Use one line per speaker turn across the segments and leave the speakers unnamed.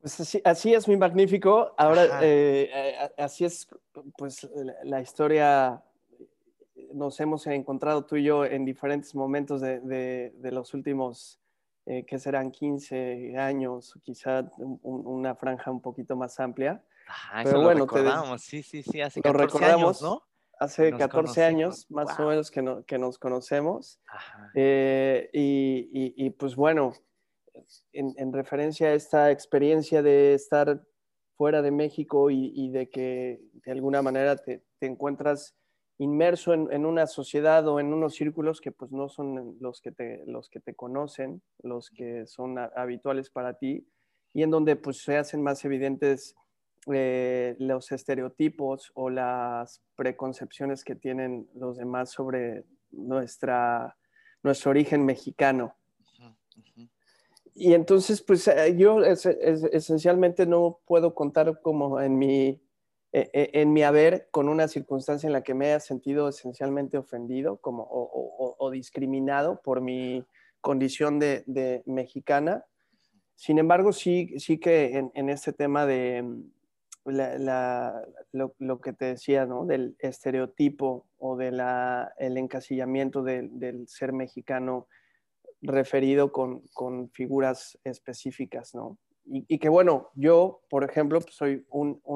Pues así es mi magnífico. Ahora,
Ajá.
así es, pues la historia. Nos hemos encontrado tú y yo en diferentes momentos de los últimos, que serán 15 años, quizá una franja un poquito más amplia.
Ajá, eso
Pero
lo
bueno,
recordamos. Sí, sí, sí, hace
lo
14 años,
recordamos.
¿no? Que
Hace
nos
14
conocimos.
años más o
Wow.
menos que nos conocemos.
Ajá.
Pues bueno, en referencia a esta experiencia de estar fuera de México y de que de alguna manera te encuentras inmerso en una sociedad o en unos círculos que pues no son los que te conocen, los que son habituales para ti, y en donde pues se hacen más evidentes los estereotipos o las preconcepciones que tienen los demás sobre nuestro origen mexicano.
Ujú, ujú.
Y entonces, pues yo esencialmente no puedo contar como en mi haber con una circunstancia en la que me haya sentido esencialmente ofendido como, o discriminado por mi condición de mexicana. Sin embargo, sí que en este tema de lo que te decía, ¿no? Del estereotipo o el encasillamiento del ser mexicano referido con figuras específicas, ¿no? Y que bueno, yo, por ejemplo, pues soy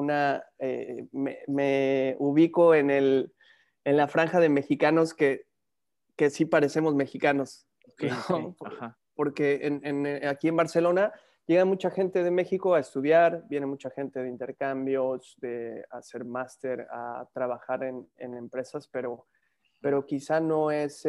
me ubico en la franja de mexicanos que sí parecemos mexicanos,
Ok, ok.
¿no?
Ajá.
Porque aquí en Barcelona llega mucha gente de México a estudiar, viene mucha gente de intercambios, de hacer máster, a trabajar en empresas, pero quizá no es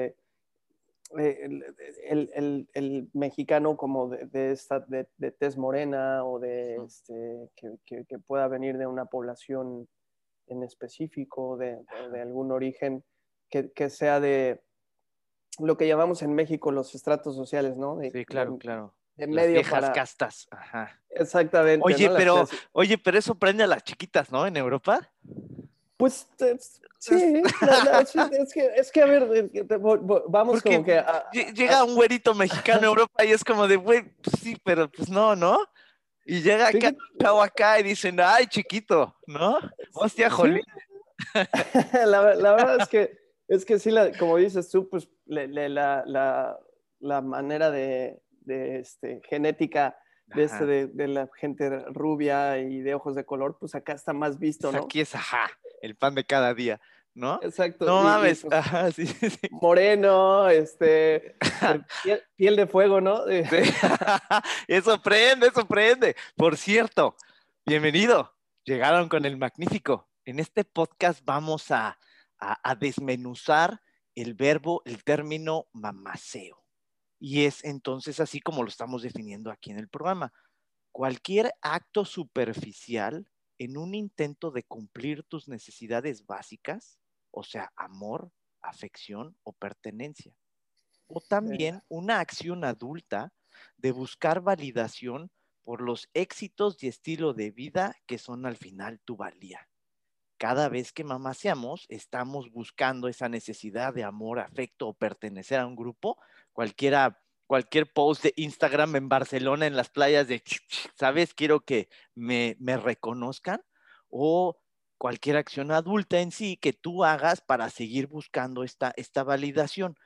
el mexicano como de tez morena o
Ujú.
que pueda venir de una población en específico, de algún origen que sea de lo que llamamos en México los estratos sociales, ¿no?
Sí, claro, claro.
De
Las
medio
viejas
para,
castas. Ajá.
exactamente,
Oye,
¿no?
pero, oye, pero eso prende a las chiquitas, ¿no? En Europa.
Pues
Es-
sí, sí, es que a ver, vamos
Porque
como que
llega un güerito mexicano a Europa y es como de, güey, pues sí, pero pues no, ¿no? Y llega acá,
fíjate,
un chavo acá y dicen, ay, chiquito, ¿no? Hostia,
sí,
jolín.
la verdad es que sí, como dices tú, pues la manera genética
Ajá.
de la gente rubia y de ojos de color, pues acá está más visto,
Pues
¿no?
aquí es, ajá, el pan de cada día, ¿no?
Exacto,
No mames,
pues
ajá, sí, sí, sí.
moreno, piel de fuego, ¿no?
Sí. Eso prende, eso prende. Por cierto, bienvenido. Llegaron con el magnífico. En este podcast vamos a desmenuzar el verbo, el término mamaceo. Y es entonces así como lo estamos definiendo aquí en el programa. Cualquier acto superficial en un intento de cumplir tus necesidades básicas, o sea, amor, afección o pertenencia. O también
Venga.
una acción adulta de buscar validación por los éxitos y estilo de vida que son al final tu valía. Cada vez que mamaseamos, estamos buscando esa necesidad de amor, afecto o pertenecer a un grupo. Cualquier post de Instagram en Barcelona, en las playas de, ¿sabes? Quiero que me reconozcan. O cualquier acción adulta en sí que tú hagas para seguir buscando esta validación.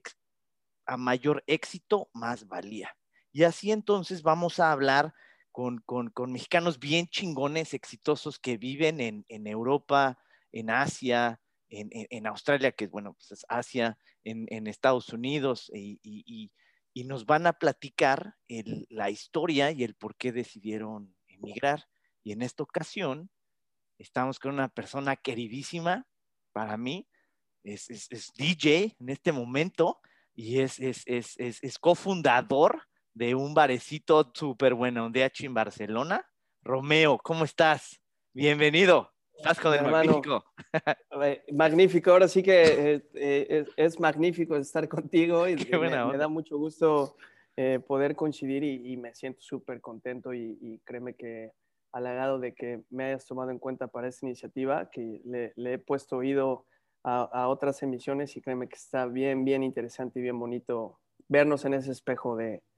A mayor éxito, más valía. Y así entonces vamos a hablar con mexicanos bien chingones, exitosos que viven en Europa, en Asia, en Australia, que bueno, pues es Asia, en Estados Unidos, y nos van a platicar la historia y el por qué decidieron emigrar. Y en esta ocasión estamos con una persona queridísima para mí, es DJ en este momento y es cofundador de un barecito súper bueno de H en Barcelona. Romeo, ¿cómo estás? Bienvenido. Estás con el
Hermano,
magnífico.
magnífico. Ahora sí que es magnífico estar contigo y
Qué buena
me da
onda.
mucho gusto poder coincidir y me siento súper contento y créeme que halagado de que me hayas tomado en cuenta para esta iniciativa, que le he puesto oído a otras emisiones y créeme que está bien, bien interesante y bien bonito vernos en ese espejo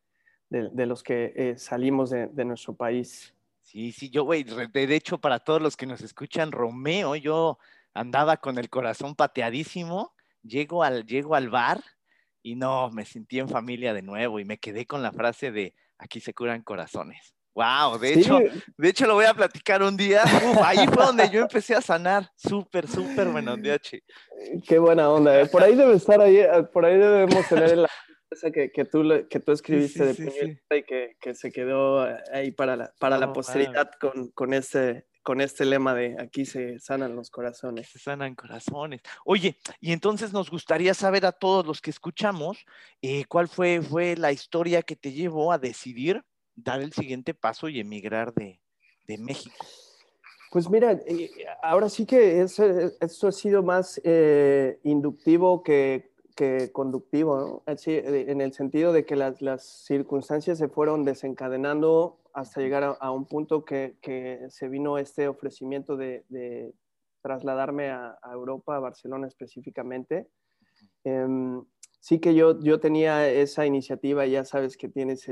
de los que salimos de nuestro país.
Sí, sí, yo, güey, de hecho, para todos los que nos escuchan, Romeo, yo andaba con el corazón pateadísimo, llego al bar y no, me sentí en familia de nuevo y me quedé con la frase de aquí se curan corazones. Wow,
Sí,
de hecho lo voy a platicar un día. Uf, ahí fue donde yo empecé a sanar. Súper, súper bueno, DH.
qué buena onda. Por ahí debe estar ahí, por ahí debemos tener la esa que tú
Sí, sí,
escribiste de
sí,
puño y
sí.
letra y que se quedó ahí para la
No, mames.
posteridad con este lema de aquí se sanan los
Que
corazones.
se sanan corazones. Oye, y entonces nos gustaría saber a todos los que escuchamos, cuál fue la historia que te llevó a decidir dar el siguiente paso y emigrar de México.
Pues mira, ahora sí que esto ha sido más inductivo que conductivo, ¿no? Así, en el sentido de que las circunstancias se fueron desencadenando hasta llegar a un punto que se vino este ofrecimiento de trasladarme a Europa, a Barcelona específicamente. Em, sí que yo tenía esa iniciativa, ya sabes que tienes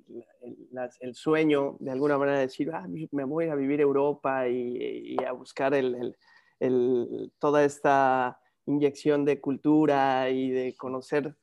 el sueño de alguna manera de decir, me voy a vivir a Europa y a buscar toda esta inyección de cultura y de conocer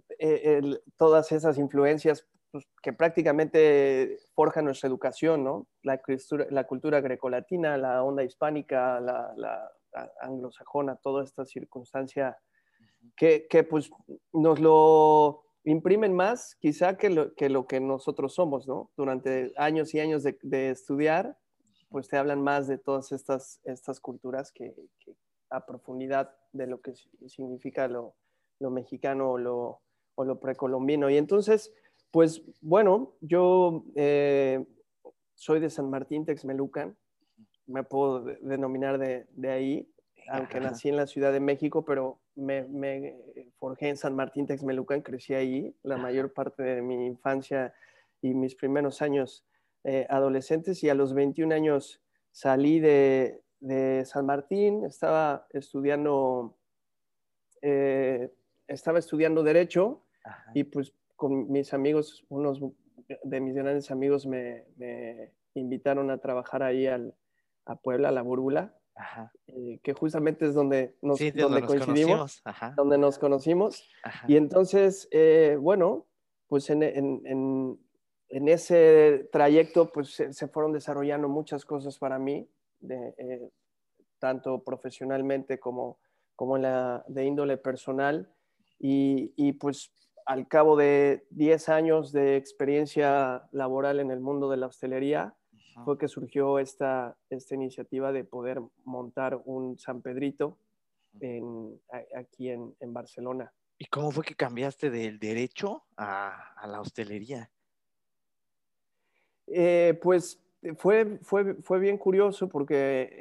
todas esas influencias pues, que prácticamente forjan nuestra educación, ¿no? La cultura grecolatina, la onda hispánica, la anglosajona, toda esta circunstancia que pues nos lo imprimen más quizá que lo que nosotros somos, ¿no? Durante años y años de estudiar, pues te hablan más de todas estas culturas que a profundidad de lo que significa lo mexicano o lo precolombino. Y entonces, pues bueno, yo soy de San Martín Texmelucan, me puedo denominar de ahí, aunque
Ajá.
nací en la Ciudad de México, pero me forjé en San Martín Texmelucan, crecí ahí la mayor parte de mi infancia y mis primeros años adolescentes, y a los 21 años salí de San Martín, estaba estudiando Derecho
Ajá.
y pues con mis amigos, unos de mis grandes amigos me invitaron a trabajar ahí a Puebla, a la Búrbula,
Ajá.
que justamente es donde
Sí, de donde
donde
nos
coincidimos,
conocimos. Ajá.
donde nos conocimos. Y
Ajá.
entonces, bueno, pues en ese trayecto pues se fueron desarrollando muchas cosas para mí, tanto profesionalmente como de índole personal. Y pues al cabo de 10 años de experiencia laboral en el mundo de la hostelería,
Ajá.
fue que surgió esta iniciativa de poder montar un San Pedrito aquí en Barcelona.
¿Y cómo fue que cambiaste del derecho a la hostelería?
Pues fue bien curioso porque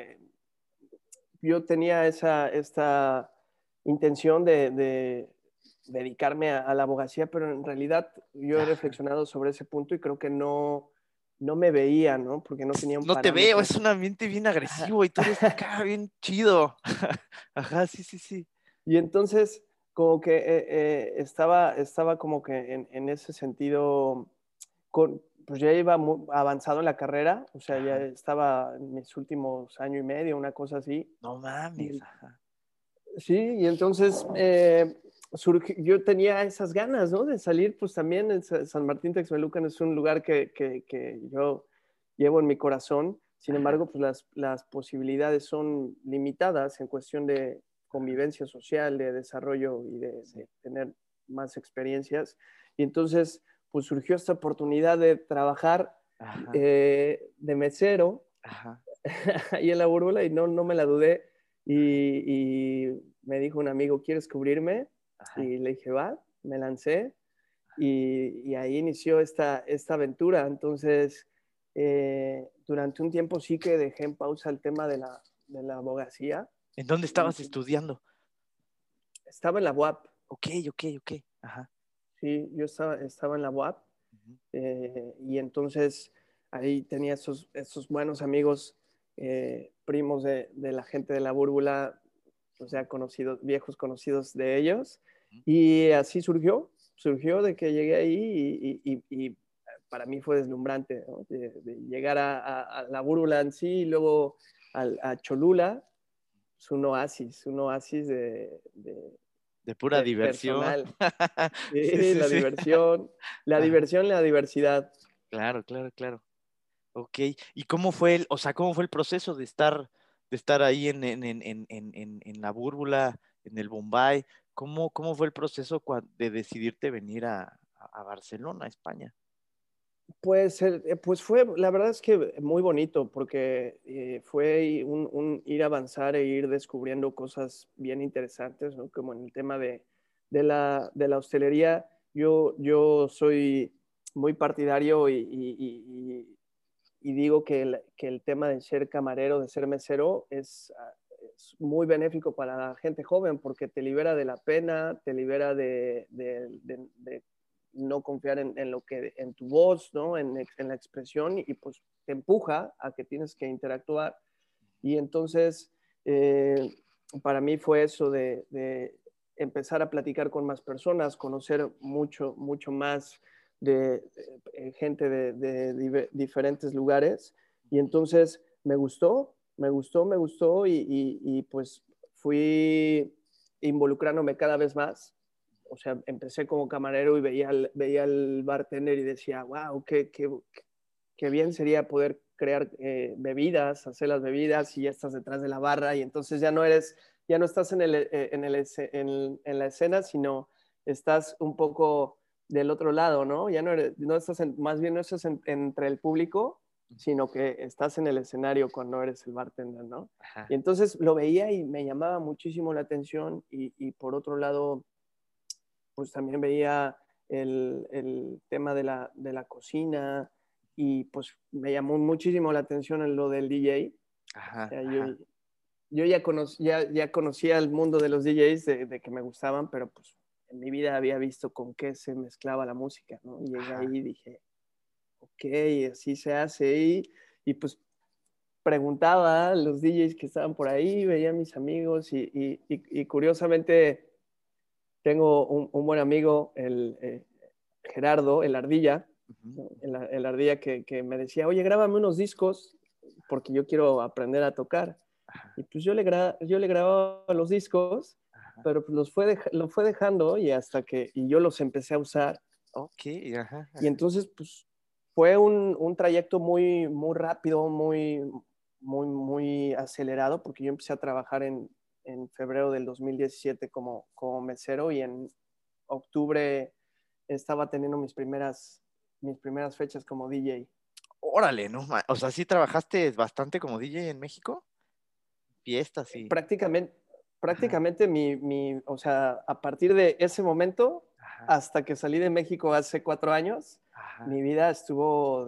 yo tenía esta intención de dedicarme a la abogacía, pero en realidad yo he
Ajá.
reflexionado sobre ese punto y creo que no me veía, ¿no? Porque no tenía un
No te veo,
parámetro.
es un ambiente bien
Ajá.
agresivo y tú eres acá bien chido. Ajá, sí, sí, sí.
Y entonces, como que estaba como que en ese sentido, pues ya iba avanzado en la carrera, o sea, ya
Ajá.
estaba en mis últimos año y medio, una cosa así.
No mames,
Y,
ajá.
sí, y entonces yo tenía esas ganas, ¿no? De salir, pues también en San Martín Texmelucan es un lugar que yo llevo en mi corazón. Sin
Ajá.
embargo, pues las posibilidades son limitadas en cuestión de convivencia social, de desarrollo y
Sí.
de tener más experiencias. Y entonces, pues surgió esta oportunidad de trabajar
Ajá.
de mesero
Ajá.
ahí en la Búrbula y no me la dudé. Y me dijo un amigo, ¿quieres cubrirme?
Ajá.
Y le dije, va, me lancé y ahí inició esta aventura. Entonces, durante un tiempo sí que dejé en pausa el tema de la abogacía.
¿En dónde
Y
estabas estudiando?
estaba en la UAP,
Ok, ok, ok. Ajá.
sí, yo estaba en la UAP
Ujú.
y entonces ahí tenía esos buenos amigos, primos de la gente de la Búrbula, o sea, conocidos, viejos conocidos de ellos.
Ujú.
Y así surgió. surgió de que llegué ahí y para mí fue deslumbrante, ¿no? De llegar a la Búrbula en sí y luego a Cholula, es un oasis
De pura diversión.
personal.
Sí,
Sí,
sí, sí.
la
Ajá.
diversión, la diversidad.
Claro, claro, claro. Ok. ¿Y cómo fue o sea, cómo fue el proceso de estar ahí en la Búrbula, en el Bombay? ¿Cómo fue el proceso de decidirte venir a Barcelona, España?
Pues fue, la verdad es que muy bonito, porque fue un ir a avanzar e ir descubriendo cosas bien interesantes, ¿no? Como en el tema de la hostelería, yo soy muy partidario y digo que el tema de ser camarero, de ser mesero, es muy benéfico para la gente joven porque te libera de la pena, te libera de no confiar en tu voz, ¿no? En la expresión y pues te empuja a que tienes que interactuar. Y entonces, eh, para mí fue eso de empezar a platicar con más personas, conocer mucho, mucho más de gente de diferentes lugares. Y entonces me gustó y pues fui involucrándome cada vez más. O sea, empecé como camarero y veía al bartender y decía, wow, qué bien sería poder crear bebidas, hacer las bebidas y ya estás detrás de la barra y entonces ya no estás en la escena, sino estás un poco del otro lado, ¿no? Ya no estás más bien no estás entre el público, sino que estás en el escenario cuando eres el bartender, ¿no?
Ajá.
Y entonces lo veía y me llamaba muchísimo la atención y por otro lado, pues también veía el tema de la cocina y pues me llamó muchísimo la atención en lo del DJ. O
Ajá,
sea,
ajá.
yo ya conocía el mundo de los DJs de que me gustaban, pero pues en mi vida había visto con qué se mezclaba la música, ¿no? Y llegué ahí
Ajá.
y dije, ok, así se hace. Y pues preguntaba a los DJs que estaban por ahí, veía a mis amigos y curiosamente tengo un buen amigo, Gerardo, el Ardilla,
Ujú,
¿no?
ujú.
El Ardilla que me decía, oye, grábame unos discos porque yo quiero aprender a tocar.
Ajá,
Y pues yo le grababa los discos,
ajá.
pero pues lo fue dejando y yo los empecé a usar.
Ok, ajá,
Y
ajá.
entonces, pues fue un trayecto muy, muy rápido, muy, muy, muy acelerado, porque yo empecé a trabajar en febrero del 2017 como mesero y en octubre estaba teniendo mis primeras fechas como DJ.
Órale, no, o sea, sí trabajaste bastante como DJ en México, fiestas y,
Prácticamente,
ajá,
prácticamente o sea, a partir de ese momento
ajá,
hasta que salí de México hace 4 años,
ajá.
mi vida estuvo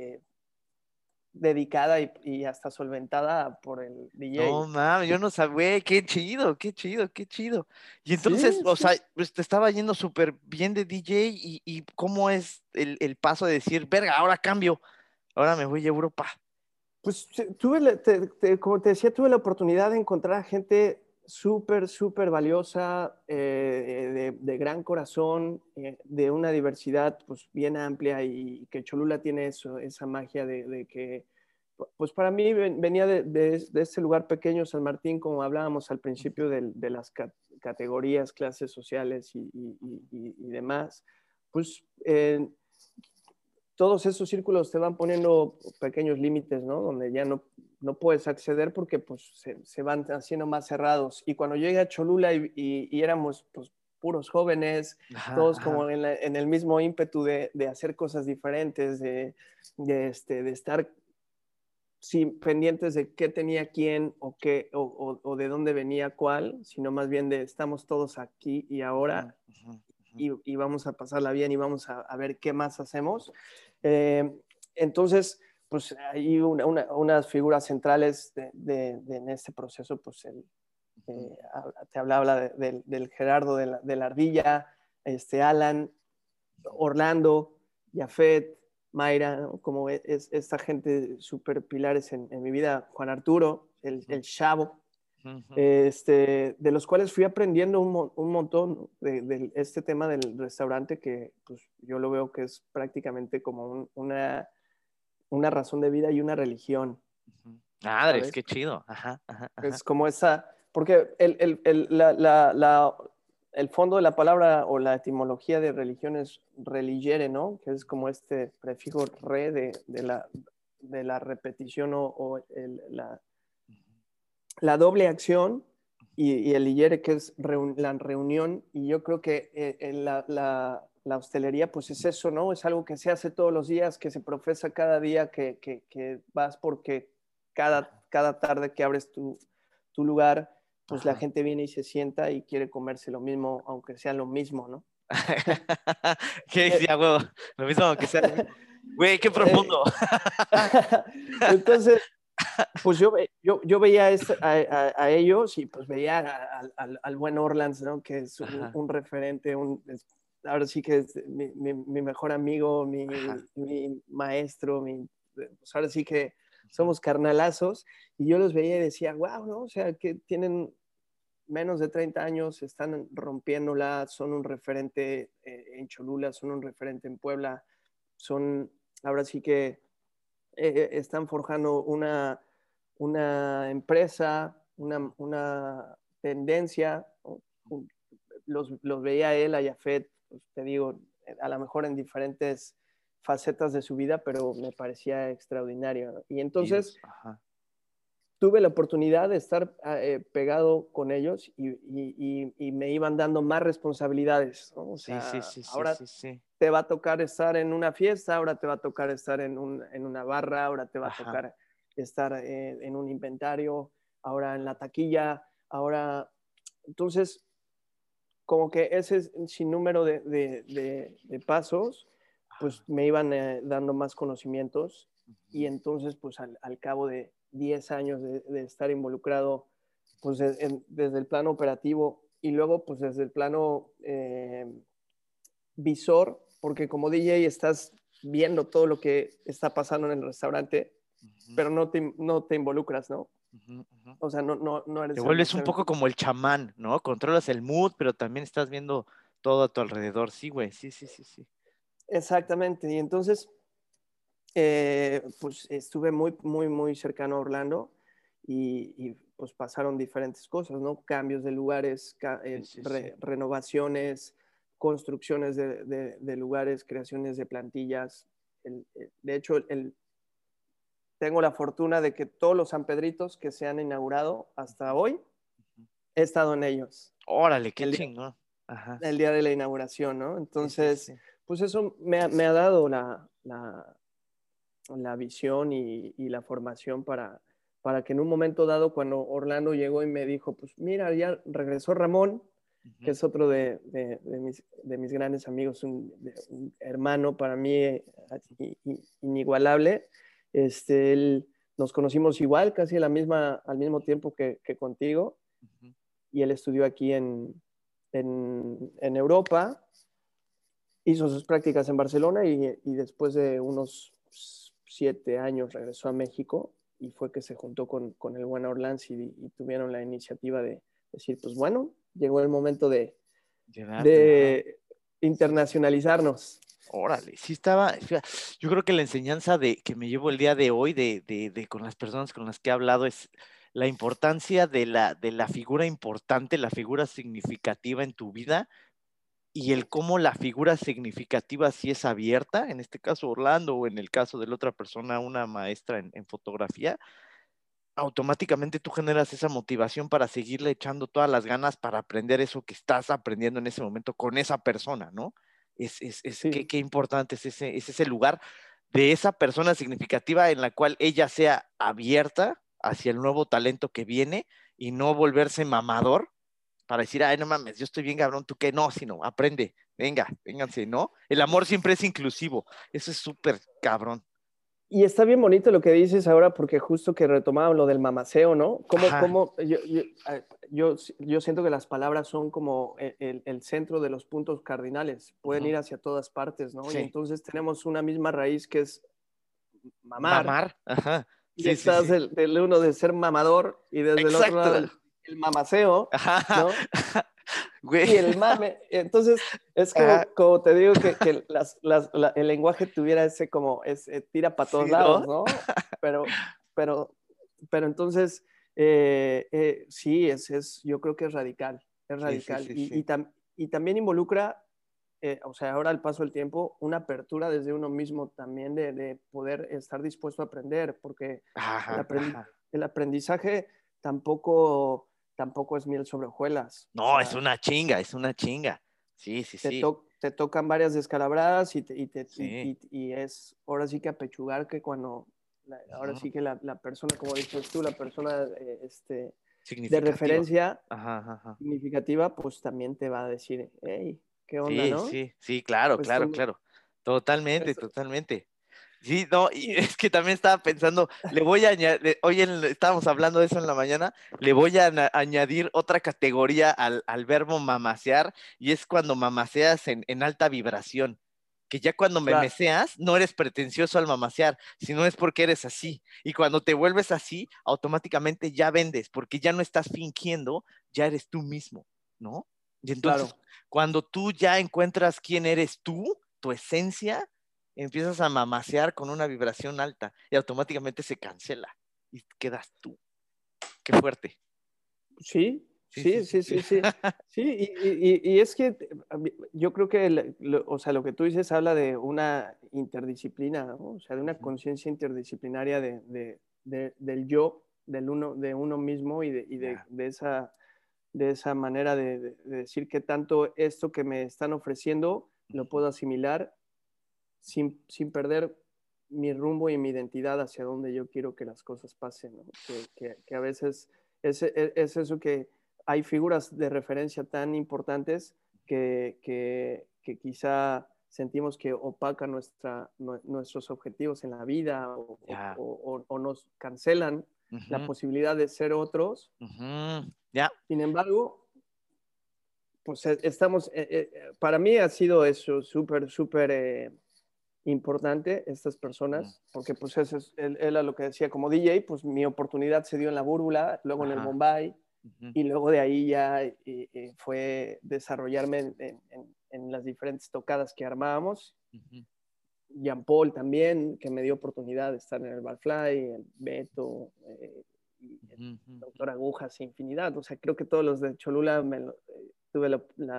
dedicada y hasta solventada por el
No
DJ.
mames, yo no sabía, güey, qué chido, qué chido, qué chido. Y entonces,
Sí,
o sea,
sí.
pues te estaba yendo súper bien de DJ y cómo es el paso de decir, verga, ahora cambio, ahora me voy a Europa.
Pues como te decía, tuve la oportunidad de encontrar gente súper, súper valiosa, de gran corazón, de una diversidad pues bien amplia y que Cholula tiene eso, esa magia de que, pues para mí venía de ese lugar pequeño, San Martín, como hablábamos al principio de las categorías, clases sociales y demás, pues todos esos círculos te van poniendo pequeños límites, ¿no? Donde ya no puedes acceder porque pues se van haciendo más cerrados. Y cuando llegué a Cholula y éramos pues puros jóvenes,
Ajá,
todos como
ajá.
en el mismo ímpetu de hacer cosas diferentes, de estar sí, pendientes de qué tenía quién o de dónde venía cuál, sino más bien de estamos todos aquí y
Ujú,
ahora
ujú, ujú.
y vamos a pasarla bien y vamos a ver qué más hacemos. Eh, entonces, pues hay unas figuras centrales en este proceso, pues
Ujú.
te hablaba del Gerardo de la Ardilla, Alan, Orlando, Jafet, Mayra, ¿no? Como esta gente súper pilares en mi vida, Juan Arturo, el
Ujú,
Chavo,
ujú.
de los cuales fui aprendiendo un montón, ¿no? De este tema del restaurante que pues, yo lo veo que es prácticamente como una razón de vida y una religión,
Ujú. Madres,
¿sabes?
qué chido. Ajá, ajá, ajá.
Es como esa, porque el fondo de la palabra o la etimología de religión es religere, ¿no? Que es como este prefijo re de la repetición la doble acción y el ligere que es la reunión. Y yo creo que la hostelería pues es eso, ¿no? Es algo que se hace todos los días, que se profesa cada día, que vas porque cada tarde que abres tu lugar, pues la
Ajá.
gente viene y se sienta y quiere comerse lo mismo, aunque sea lo mismo, ¿no?
¿Qué
Eh,
decía, huevo? Lo mismo, aunque sea lo mismo. Güey, qué
eh,
profundo.
entonces, pues yo veía a ellos y pues veía al buen Orlands, ¿no? Que es
Ajá,
un referente, ahora sí que es mi mejor amigo,
ajá.
mi maestro, pues ahora sí que somos carnalazos y yo los veía y decía, wow, ¿no? O sea, que tienen menos de 30 años, están rompiéndola, son un referente en Cholula, son un referente en Puebla, ahora sí que están forjando una empresa, una tendencia, ¿no? Los veía él, a Jafet, pues, te digo, a lo mejor en diferentes facetas de su vida, pero me parecía extraordinario, ¿no? Y entonces
Dios, ajá.
tuve la oportunidad de estar pegado con ellos y me iban dando más responsabilidades, ¿no? O
Sí, sí,
sea,
sí, sí,
ahora
sí, sí.
te va a tocar estar en una fiesta, ahora te va a tocar estar en una barra, ahora te va a
Ajá.
tocar estar en un inventario, ahora en la taquilla, ahora... Entonces, como que ese sinnúmero de pasos, pues
Ajá.
me iban dando más conocimientos y
Ujú.
entonces, pues al cabo de 10 años de estar involucrado, pues desde el plano operativo y luego, pues desde el plano visor, porque como DJ estás viendo todo lo que está pasando en el restaurante,
Ujú,
pero no te involucras, ¿no?
ujú, ujú.
O sea, no
Te
eres el
vuelves un
mesero.
poco como el chamán, ¿no? Controlas el mood, pero también estás viendo todo a tu alrededor. Sí, güey. Sí, sí, sí, sí.
Exactamente. Y entonces, pues estuve muy cercano a Orlando pues pasaron diferentes cosas, ¿no? Cambios de lugares,
Sí, sí, sí.
renovaciones, construcciones de lugares, creaciones de plantillas. De hecho, tengo la fortuna de que todos los San Pedritos que se han inaugurado hasta
Ujú,
hoy,
ujú.
he estado en ellos,
Órale, qué
el día,
chingón. Ajá.
el día de la inauguración, ¿no?
Sí, sí,
Entonces,
sí.
pues eso me ha dado la visión y la formación para que en un momento dado, cuando Orlando llegó y me dijo, pues mira, ya regresó Ramón, que
Ujú.
es otro de mis grandes amigos, un hermano para mí inigualable. Él, nos conocimos igual, casi al mismo tiempo que contigo,
Ujú.
y él estudió aquí en Europa, hizo sus prácticas en Barcelona y después de unos 7 años regresó a México y fue que se juntó con el buen Orlans y tuvieron la iniciativa de decir, pues bueno, llegó el momento
Llegarte, ajá.
de internacionalizarnos.
Órale, sí estaba, yo creo que la enseñanza que me llevo el día de hoy con las personas con las que he hablado es la importancia de la figura importante, la figura significativa en tu vida y el cómo la figura significativa si es abierta, en este caso Orlando o en el caso de la otra persona, una maestra en fotografía, automáticamente tú generas esa motivación para seguirle echando todas las ganas para aprender eso que estás aprendiendo en ese momento con esa persona, ¿no?
Sí,
Qué importante es ese lugar de esa persona significativa en la cual ella sea abierta hacia el nuevo talento que viene y no volverse mamador para decir, ay, no mames, yo estoy bien cabrón, tú qué, no, sino aprende, venga, vénganse, ¿no? El amor siempre es inclusivo, eso es súper cabrón.
y está bien bonito lo que dices ahora, porque justo que retomaban lo del mamaceo, ¿no?
Ajá,
Yo siento que las palabras son como el centro de los puntos cardinales, pueden
ujú,
ir hacia todas partes, ¿no? Y
sí,
entonces tenemos una misma raíz que es mamar,
mamar, ajá,
y
sí, sí,
estás
sí,
del uno de ser mamador y desde el otro lado
exacto,
el mamaceo,
Ajá,
¿no?
güey.
Y el mame. Entonces, es
Ajá,
como te digo que el lenguaje tuviera ese como, tira para todos
sí, ¿no?
lados, ¿no? Pero, pero, pero entonces, sí, yo creo que es
Sí, sí,
radical.
sí, sí.
Y también involucra, o sea, ahora al paso del tiempo, una apertura desde uno mismo también de poder estar dispuesto a aprender, porque el,
Ajá,
aprendi-
ajá.
el aprendizaje tampoco es miel sobre hojuelas. O
No, es
sea,
una chinga, es una chinga. Sí, sí, sí.
te tocan varias descalabradas
Sí.
y es ahora sí que apechugar que cuando, ahora
Ujú.
sí que la persona, como dices tú, la persona de
Significativa.
referencia
Ajá, ajá, ajá.
significativa, pues también te va a decir, hey, ¿qué onda,
Sí,
no?
sí, sí, claro,
Pues
claro,
tú,
claro. Totalmente,
esto-
totalmente. Sí, no, y es que también estaba pensando, le voy a añadir, hoy estábamos hablando de eso en la mañana, le voy a añadir otra categoría al verbo mamasear, y es cuando mamaseas en alta vibración, que ya cuando me
claro,
meseas, no eres pretencioso al mamasear, sino es porque eres así, y cuando te vuelves así, automáticamente ya vendes, porque ya no estás fingiendo, ya eres tú mismo, ¿no? Y entonces,
claro.
cuando tú ya encuentras quién eres tú, tu esencia, empiezas a mamasear con una vibración alta y automáticamente se cancela y quedas tú. Qué fuerte.
Sí,
Sí, sí,
sí,
sí,
sí,
sí.
sí, sí. Sí, y es que yo creo que, o sea, lo que tú dices habla de una interdisciplina, ¿no? O sea, de una
Ujú.
conciencia interdisciplinaria del yo, de uno mismo
Ya.
de esa manera de decir que tanto esto que me están ofreciendo lo
Ujú.
puedo asimilar sin perder mi rumbo y mi identidad hacia donde yo quiero que las cosas pasen, ¿no? Que a veces es eso que hay figuras de referencia tan importantes que quizá sentimos que opacan nuestros objetivos en la vida
Ya.
o nos cancelan la
Ujú.
posibilidad de ser otros.
Ujú. Ya.
Sin embargo, pues para mí ha sido eso súper, súper importante estas
Ujú.
personas, porque pues eso era lo que decía como DJ, pues mi oportunidad se dio en la Búrbula, luego en el
Ajá.
Bombay,
Ujú.
y luego de ahí ya fue desarrollarme en las diferentes tocadas que armábamos.
Ujú.
Jean Paul también, que me dio oportunidad de estar en el Barfly, el Beto, y el
Ujú. Ujú.
Doctor Agujas, infinidad. O sea, creo que todos los de Cholula tuve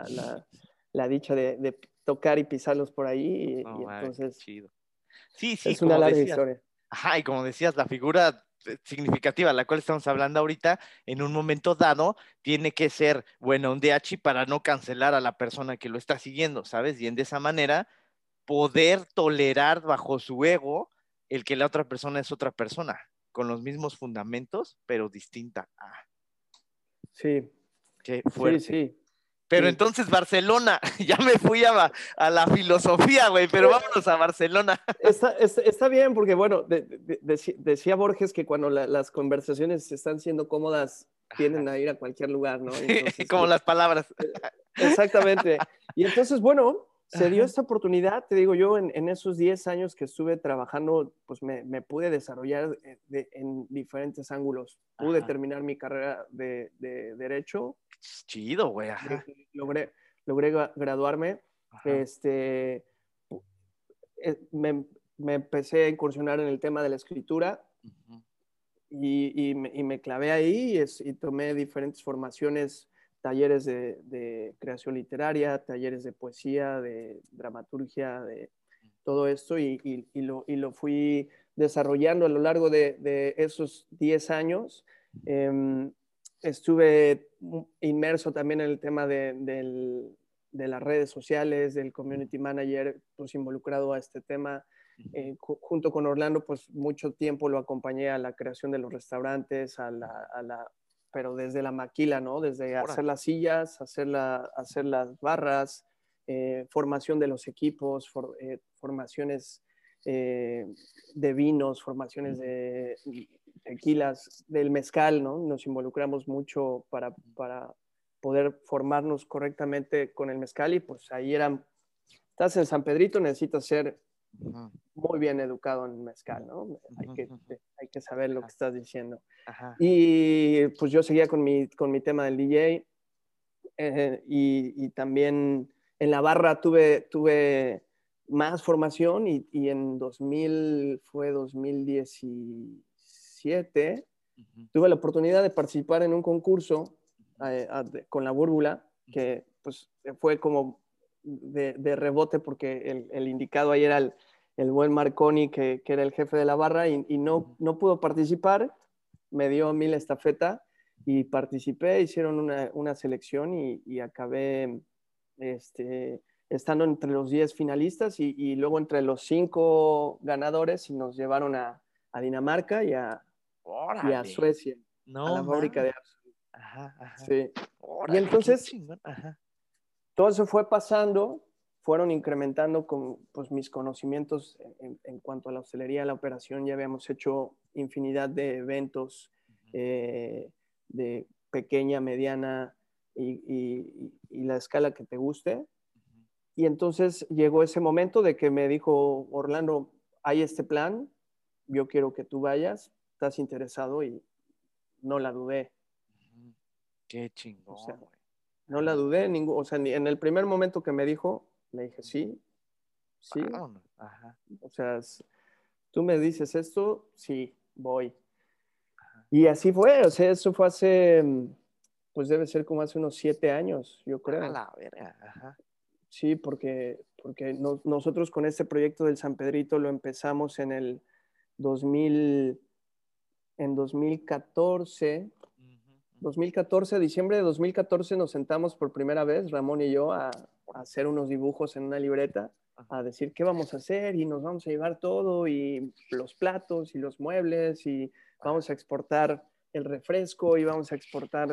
la dicha de tocar y pisarlos por ahí, y
Oh, vale, qué
entonces
chido. Sí, sí,
es una
como
larga
decías.
historia.
Ajá, y como decías, la figura significativa, la cual estamos hablando ahorita, en un momento dado, tiene que ser buena un DH para no cancelar a la persona que lo está siguiendo, ¿sabes? Y de esa manera poder tolerar bajo su ego el que la otra persona es otra persona, con los mismos fundamentos, pero distinta. Ah,
Sí,
qué
sí,
fuerte.
sí,
Pero
sí.
entonces Barcelona, ya me fui a la filosofía, güey, pero vámonos a Barcelona.
Está bien porque, bueno, decía Borges que cuando las conversaciones están siendo cómodas, tienden
Ajá.
a ir a cualquier lugar, ¿no?
Sí,
Entonces,
como las palabras.
exactamente. Y entonces, bueno, se dio
Ajá.
esta oportunidad, te digo yo, en esos 10 años que estuve trabajando, pues me pude desarrollar en diferentes ángulos. Pude
Ajá.
terminar mi carrera de derecho,
Chido, güey, ajá.
logré, graduarme,
Ajá.
este, eh, me, me empecé a incursionar en el tema de la escritura
Ujú.
y me clavé ahí y tomé diferentes formaciones, talleres de creación literaria, talleres de poesía, de dramaturgia, de todo esto y lo fui desarrollando a lo largo de esos 10 años. Eh, Estuve inmerso también en el tema de las redes sociales, del community manager, pues involucrado a este tema.
Ujú.
Junto con Orlando, pues mucho tiempo lo acompañé a la creación de los restaurantes, pero desde la maquila, ¿no? Desde hacer
Órale.
las sillas, hacer las barras, formación de los equipos, formaciones eh, de vinos, formaciones de tequilas, del mezcal, ¿no? Nos involucramos mucho para poder formarnos correctamente con el mezcal y pues ahí estás en San Pedrito, necesitas ser
Ujú.
muy bien educado en mezcal, ¿no?
Ujú. Ujú.
hay que saber lo que
Ajá,
estás diciendo.
ajá,
Y pues yo seguía con mi tema del DJ, y también en la barra tuve más formación y en 2017,
ujú,
tuve la oportunidad de participar en un concurso
ujú,
con la Búrbula,
ujú,
que pues fue como de rebote porque el indicado ahí era el buen Marconi, que era el jefe de la barra, y no,
ujú.
no pudo participar, me dio a mí la estafeta y participé, hicieron una selección y acabé estando entre los 10 finalistas y luego entre los 5 ganadores y nos llevaron a Dinamarca y a
Órale,
Suecia, a
no
la fábrica de
mames.
Absolut.
Ajá, ajá.
Sí. Y
Órale, qué
entonces
chingón. Ajá.
todo eso fue pasando, fueron incrementando con pues, mis conocimientos en cuanto a la hostelería, la operación. Ya habíamos hecho infinidad de eventos de pequeña, mediana y la escala que te guste.
Ujú,
Y entonces llegó ese momento de que me dijo, Orlando, hay este plan, yo quiero que tú vayas, estás interesado, y no la dudé.
ujú. Qué
O sea,
chingón, güey.
no la
Ajá.
dudé, o sea, ni en el primer momento que me dijo, le dije, sí, sí.
Vámonos. Ajá,
O sea, tú me dices esto, sí, voy.
ajá.
Y así fue, o sea, eso fue hace, pues debe ser como hace unos 7 años, yo
A
creo.
la verga. Ajá.
Sí, porque nosotros con este proyecto del San Pedrito lo empezamos en el 2000, en 2014.
Ujú, ujú.
2014, diciembre de 2014 nos sentamos por primera vez, Ramón y yo, a hacer unos dibujos en una libreta,
Ajá.
a decir qué vamos a hacer y nos vamos a llevar todo y los platos y los muebles y
Ajá.
vamos a exportar el refresco y vamos a exportar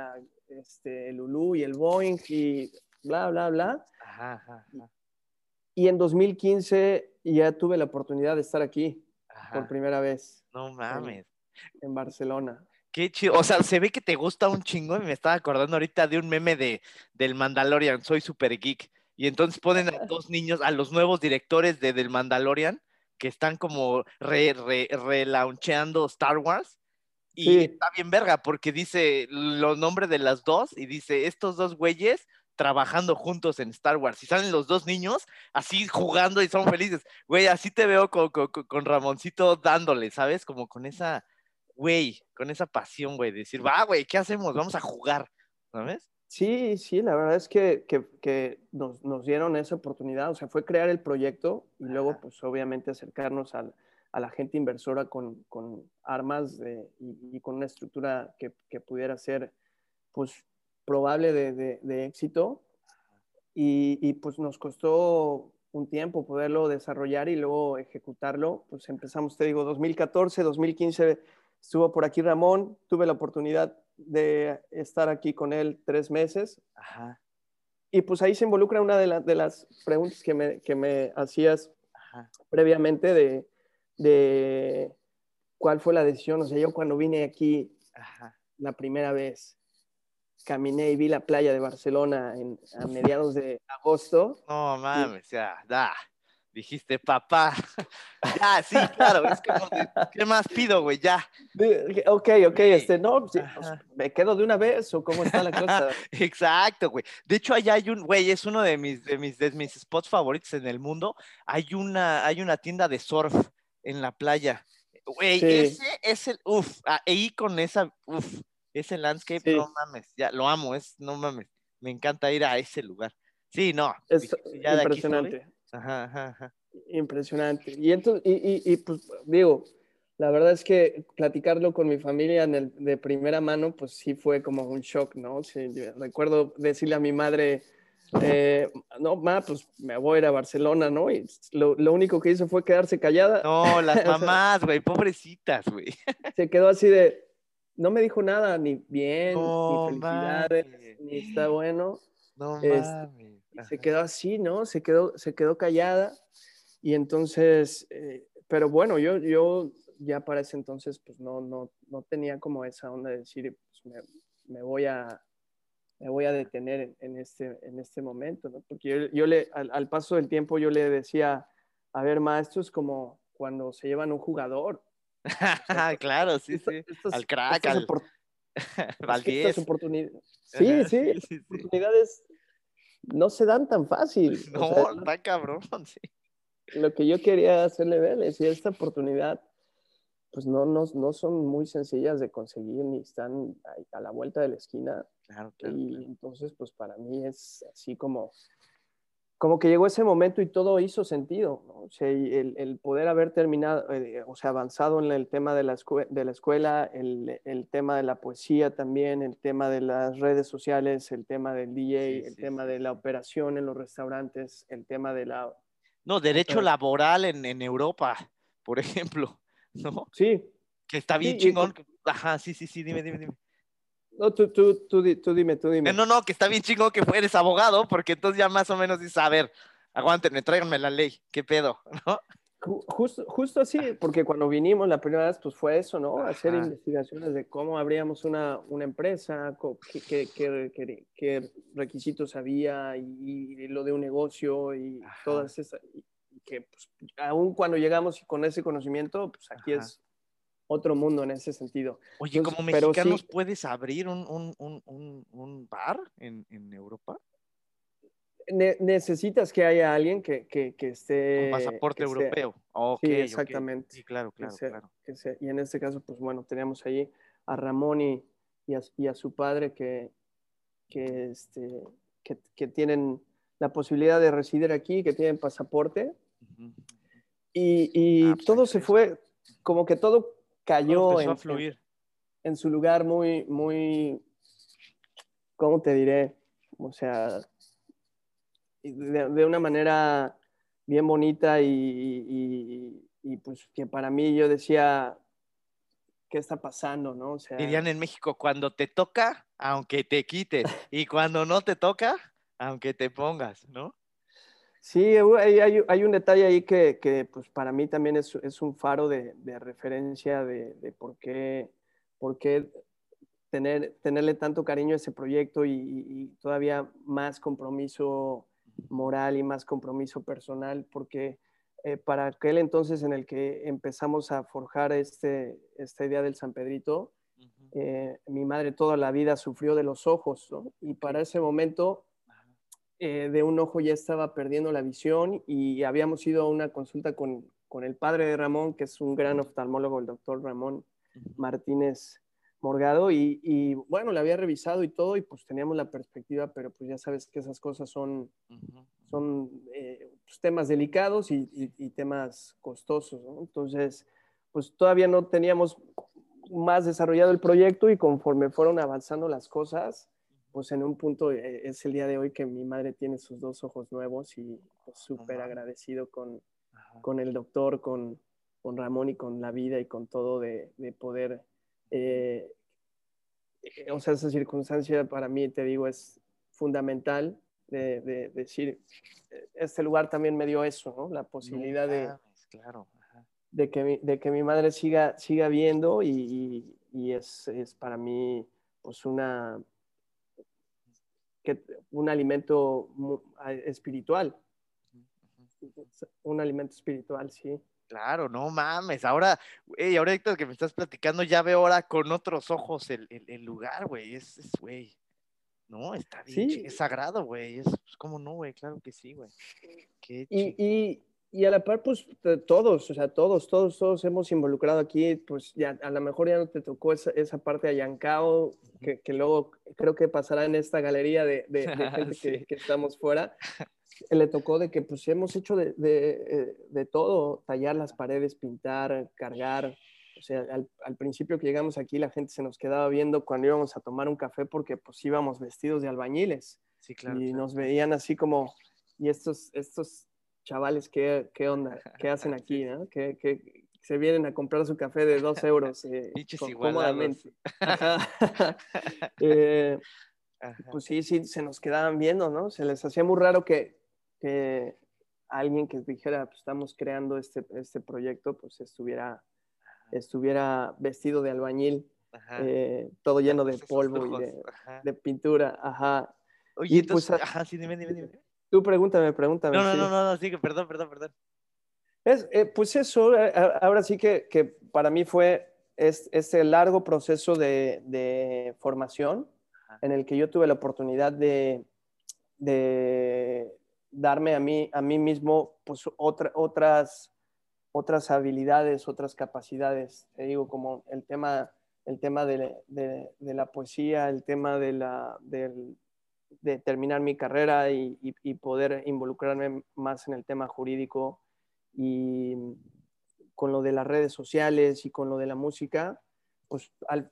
el Lulú y el Boeing y bla, bla, bla.
Ajá, ajá, ajá.
Y en 2015 ya tuve la oportunidad de estar aquí por
Ajá.
primera vez
No
en,
mames.
en Barcelona.
Qué chido. O sea, se ve que te gusta un chingo y me estaba acordando ahorita de un meme del Mandalorian, soy super geek. Y entonces ponen a dos niños, a los nuevos directores del Mandalorian, que están como relauncheando Star Wars. Y
Sí,
está bien verga, porque dice los nombres de las dos y dice, estos dos güeyes trabajando juntos en Star Wars. Y salen los dos niños así jugando y son felices. Güey, así te veo con Ramoncito dándole, ¿sabes? Como con esa, güey, con esa pasión, güey, de decir, va, güey, ¿qué hacemos? Vamos a jugar, ¿sabes?
sí, sí, la verdad es que nos dieron esa oportunidad, o sea, fue crear el proyecto y luego,
Ajá,
pues, obviamente acercarnos a la gente inversora con armas y con una estructura que pudiera ser, pues, probable de éxito y, pues, nos costó un tiempo poderlo desarrollar y luego ejecutarlo, pues, empezamos, te digo, 2014, 2015 estuvo por aquí Ramón, tuve la oportunidad de estar aquí con él 3 meses.
ajá,
Y pues ahí se involucra una de las preguntas que me hacías
ajá,
previamente de cuál fue la decisión. O sea, yo cuando vine aquí
ajá.
la primera vez, caminé y vi la playa de Barcelona a mediados de agosto.
No
Y,
mames, ya, da. Dijiste, papá. Ya, sí, claro, es como de, ¿qué más pido, güey? Ya.
ok, ok,
Güey.
no, sí, pues,
Ajá.
me quedo de una vez o cómo está la cosa.
Exacto, güey. De hecho, allá hay un, güey, es uno de mis spots favoritos en el mundo. Hay una tienda de surf en la playa. Güey,
Sí,
ese es ahí con ese landscape, no
sí,
mames, ya, lo amo, no mames, me encanta ir a ese lugar. Sí, no,
es
dijiste, ya de aquí soy.
impresionante.
Ajá, ajá, ajá.
Impresionante. Y entonces, pues digo, la verdad es que platicarlo con mi familia de primera mano, pues sí fue como un shock, ¿no? Sí, yo recuerdo decirle a mi madre, no, ma, pues me voy a ir a Barcelona, ¿no? Y lo único que hizo fue quedarse callada.
No, las
O sea,
mamás, güey, pobrecitas, güey.
se quedó así no me dijo nada, ni bien, ni
No
felicidades,
mames,
ni está bueno.
no
Este,
mames.
y se
Ajá.
quedó así, ¿no? Se quedó callada. Y entonces, pero bueno, yo ya para ese entonces, pues no tenía como esa onda de decir, pues me voy a, me voy a detener en este momento, ¿no? Porque al paso del tiempo yo le decía, a ver, ma, esto es como cuando se llevan un jugador. O sea,
Claro, sí, sí. Al crack,
estas,
al,
es
al
que estas
10.
oportunidades, sí,
Ajá,
sí,
sí,
estas
sí, sí.
oportunidades no se dan tan fácil. O sea,
No, está cabrón, sí.
lo que yo quería hacerle ver es que esta oportunidad, pues no son muy sencillas de conseguir ni están ahí a la vuelta de la esquina.
Claro, claro,
Y
claro.
entonces, pues para mí es así como que llegó ese momento y todo hizo sentido, ¿no? O sea, y el poder haber terminado, o sea, avanzado en el tema de de la escuela, el tema de la poesía también, el tema de las redes sociales, el tema del
Sí,
DJ, el
sí,
tema
sí,
de la
sí.
operación en los restaurantes, el tema de la
No, derecho
operación.
laboral en Europa, por ejemplo, ¿no?
Sí,
Que está
sí,
bien chingón. Ajá, sí, sí, sí, dime, dime, dime.
no, tú dime, tú dime.
No, no, que está bien chingón que eres abogado, porque entonces ya más o menos dices, a ver, aguántenme, tráiganme la ley, ¿qué pedo? ¿No?
Justo así, porque cuando vinimos la primera vez, pues fue eso, ¿no? Hacer
Ajá,
investigaciones de cómo abríamos una empresa, qué requisitos había y lo de un negocio y
ajá,
todas esas. Y que, pues, aún cuando llegamos con ese conocimiento, pues aquí
ajá.
es otro mundo en ese sentido.
Oye,
Entonces,
como
pero
mexicanos,
sí,
¿puedes abrir un bar en Europa?
necesitas que haya alguien
Con pasaporte
que esté,
europeo. Ok,
sí,
ok.
exactamente.
Sí, claro, claro, claro.
Y en este caso, pues bueno, teníamos ahí a Ramón y a su padre que, este, que tienen la posibilidad de residir aquí, que tienen pasaporte.
Ujú.
Y
Ah, pues
todo se
perfecto.
fue, como que todo
Todo
cayó
empezó a fluir.
en su lugar ¿cómo te diré? O sea, de una manera bien bonita y pues que para mí yo decía, ¿qué está pasando, no? O sea,
Dirían en México, cuando te toca, aunque te quites. Y cuando no te toca, aunque te pongas, ¿no?
sí, hay un detalle ahí que, pues para mí también es un faro de referencia de por qué tenerle tanto cariño a ese proyecto y todavía más compromiso moral y más compromiso personal, porque para aquel entonces en el que empezamos a forjar esta idea del San Pedrito,
Ujú.
mi madre toda la vida sufrió de los ojos, ¿no? Y
Ok.
para ese momento
Ajá.
de un ojo ya estaba perdiendo la visión y habíamos ido a una consulta con el padre de Ramón, que es un gran oftalmólogo, el doctor Ramón
Ujú.
Martínez Morgado, y bueno, la había revisado y todo, y pues teníamos la perspectiva, pero pues ya sabes que esas cosas
Ujú.
son pues, temas delicados y temas costosos, ¿no? Entonces, pues todavía no teníamos más desarrollado el proyecto y conforme fueron avanzando las cosas, pues en un punto es el día de hoy que mi madre tiene sus dos ojos nuevos y pues
No
súper
mames.
agradecido
Ajá.
con el doctor, con Ramón y con la vida y con todo de poder, eh, o sea, esa circunstancia para mí, te digo, es fundamental de decir, este lugar también me dio eso, ¿no? La
No
posibilidad
mames, claro. Ajá.
de que mi madre siga viendo y es para mí pues un alimento espiritual,
Ujú, ujú.
un alimento espiritual, sí.
Claro, no mames. Ahora, güey, ahorita que me estás platicando, ya veo ahora con otros ojos el lugar, güey. Güey. No, está bien, es
Sí,
sagrado, güey. Pues, ¿cómo no, güey? Claro que sí, güey. Qué
y,
chingón.
y a la par, pues todos, o sea, todos hemos involucrado aquí, pues ya a lo mejor ya no te tocó esa parte de Ayancao,
Ujú.
que luego creo que pasará en esta galería de gente
Sí.
que estamos fuera. Le tocó de que pues hemos hecho de todo, tallar las paredes, pintar, cargar. O sea, al principio que llegamos aquí la gente se nos quedaba viendo cuando íbamos a tomar un café porque pues íbamos vestidos de albañiles
Sí, claro,
y
claro,
nos
claro.
veían así como, ¿y estos chavales qué onda? ¿Qué hacen
Sí,
aquí?
sí.
¿No? Que se vienen a comprar su café de 2 euros
Pinches igualados.
cómodamente. Ajá. eh,
Ajá.
pues sí, se nos quedaban viendo, ¿no? Se les hacía muy raro que alguien que dijera, pues estamos creando este proyecto, pues estuviera vestido de albañil,
Ajá.
todo lleno de
Dándose esos
polvo y
lujos. Ajá.
de pintura, ajá.
Oye,
Y pues
entonces, ajá, sí, dime, dime, dime.
tú pregúntame,
No, no, no,
sí.
no, no, sí, perdón, perdón, perdón.
Pues eso, ahora sí que para mí fue este largo proceso de formación en el que yo tuve la oportunidad de darme a mí mismo pues, otras habilidades, otras capacidades. Te digo, como el tema de la poesía, el tema de terminar mi carrera y poder involucrarme más en el tema jurídico y con lo de las redes sociales y con lo de la música, pues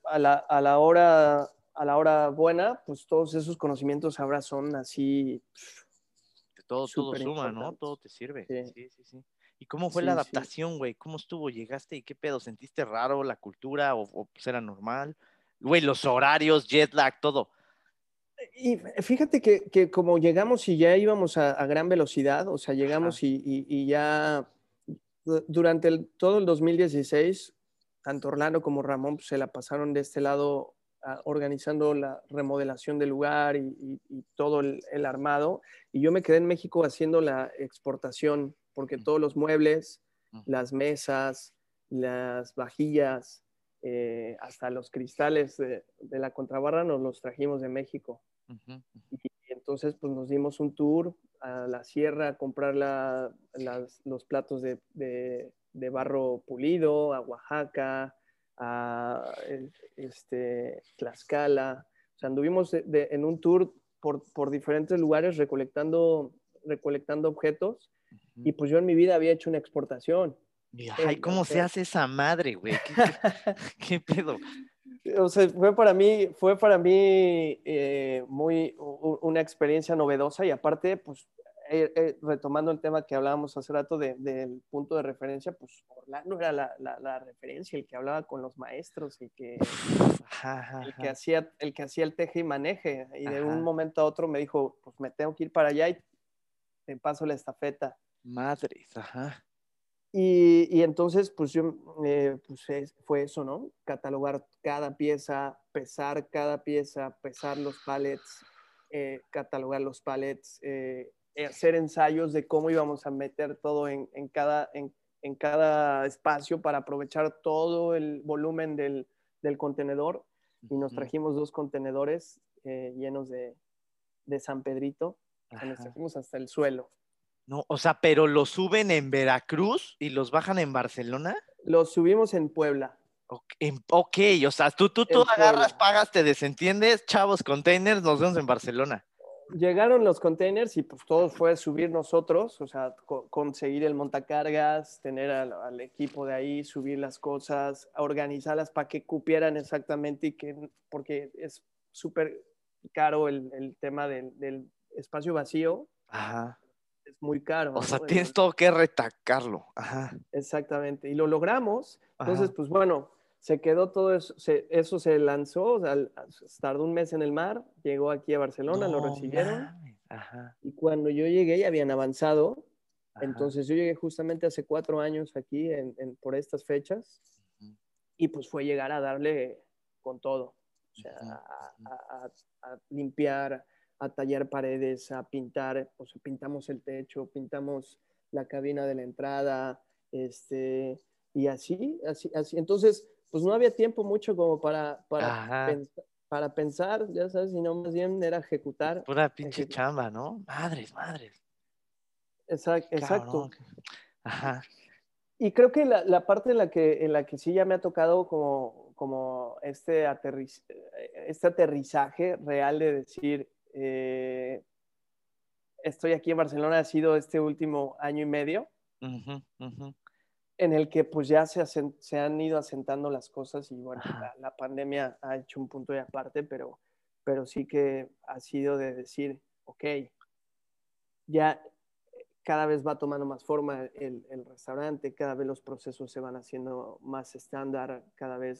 a la hora buena, pues todos esos conocimientos ahora son así
Todo
súper
suma, ¿no?
importantes.
Todo te sirve.
Sí,
Sí, sí, sí. ¿Y cómo fue la
sí, sí.
adaptación, güey? ¿Cómo estuvo? ¿Llegaste y qué pedo? ¿Sentiste raro la cultura o pues era normal? Güey, los horarios, jet lag, todo.
Y fíjate que como llegamos y ya íbamos a gran velocidad, o sea,
Ajá.
llegamos y ya durante todo el 2016, tanto Orlando como Ramón pues, se la pasaron de este lado organizando la remodelación del lugar y todo el armado. Y yo me quedé en México haciendo la exportación, porque todos los muebles,
Ujú,
las mesas, las vajillas, hasta los cristales de la contrabarra nos los trajimos de México.
ujú,
Y entonces pues nos dimos un tour a la sierra a comprar los platos de barro pulido, a Oaxaca, a Tlaxcala. O sea, anduvimos en un tour por diferentes lugares recolectando objetos
ujú.
y pues yo en mi vida había hecho una exportación.
Y, ay, ¿cómo se hace esa madre, güey? ¿Qué pedo?
O sea, fue para mí una experiencia novedosa y aparte, pues, retomando el tema que hablábamos hace rato del punto de referencia, pues Orlando era la referencia, el que hablaba con los maestros,
Ajá, ajá, ajá.
el que hacía el teje y maneje. Y de un
Ajá.
momento a otro me dijo, pues me tengo que ir para allá y te paso la estafeta.
Madres, ajá.
Y entonces, pues fue eso, ¿no? Catalogar cada pieza, pesar los pallets, catalogar los pallets, hacer ensayos de cómo íbamos a meter todo en cada espacio para aprovechar todo el volumen del contenedor. Y nos
Ujú,
trajimos 2 contenedores llenos de San Pedrito. O sea, nos
ajá.
trajimos hasta el suelo.
No, o sea, pero los suben en Veracruz y los bajan en Barcelona.
Los subimos en Puebla.
Ok, o sea, tú
En
agarras,
Puebla.
pagas, te desentiendes, chavos, containers, nos vemos en Barcelona.
Llegaron los containers y pues todo fue subir nosotros, o sea, conseguir el montacargas, tener al equipo de ahí, subir las cosas, organizarlas para que cupieran exactamente porque es súper caro el tema del espacio vacío,
Ajá.
es muy caro,
O sea,
¿no?
tienes todo que retacarlo. Ajá.
Exactamente, y lo logramos. Entonces,
Ajá.
pues bueno, se quedó todo eso, eso se lanzó, o sea, tardó un mes en el mar, llegó aquí a Barcelona, lo
No
recibieron.
mames. Ajá.
Y cuando yo llegué ya habían avanzado.
Ajá.
Entonces yo llegué justamente hace 4 años aquí por estas fechas
Ujú,
y pues fue llegar a darle con todo. O sea,
ujú, ujú.
a limpiar, a tallar paredes, a pintar. O sea, pintamos el techo, pintamos la cabina de la entrada, y así. Entonces, pues no había tiempo mucho como
Ajá.
para pensar, ya sabes, sino más bien era
Pura pinche
ejecutar.
chamba, ¿no? Madres, madres.
Exacto.
Cabrón. Ajá.
Y creo que la parte en la que sí ya me ha tocado como este aterrizaje real de decir, estoy aquí en Barcelona, ha sido este último año y medio,
Ujú, ujú.
en el que pues ya se han ido asentando las cosas y bueno,
Ajá.
la pandemia ha hecho un punto de aparte, pero sí que ha sido de decir, ok, ya cada vez va tomando más forma el restaurante, cada vez los procesos se van haciendo más estándar, cada vez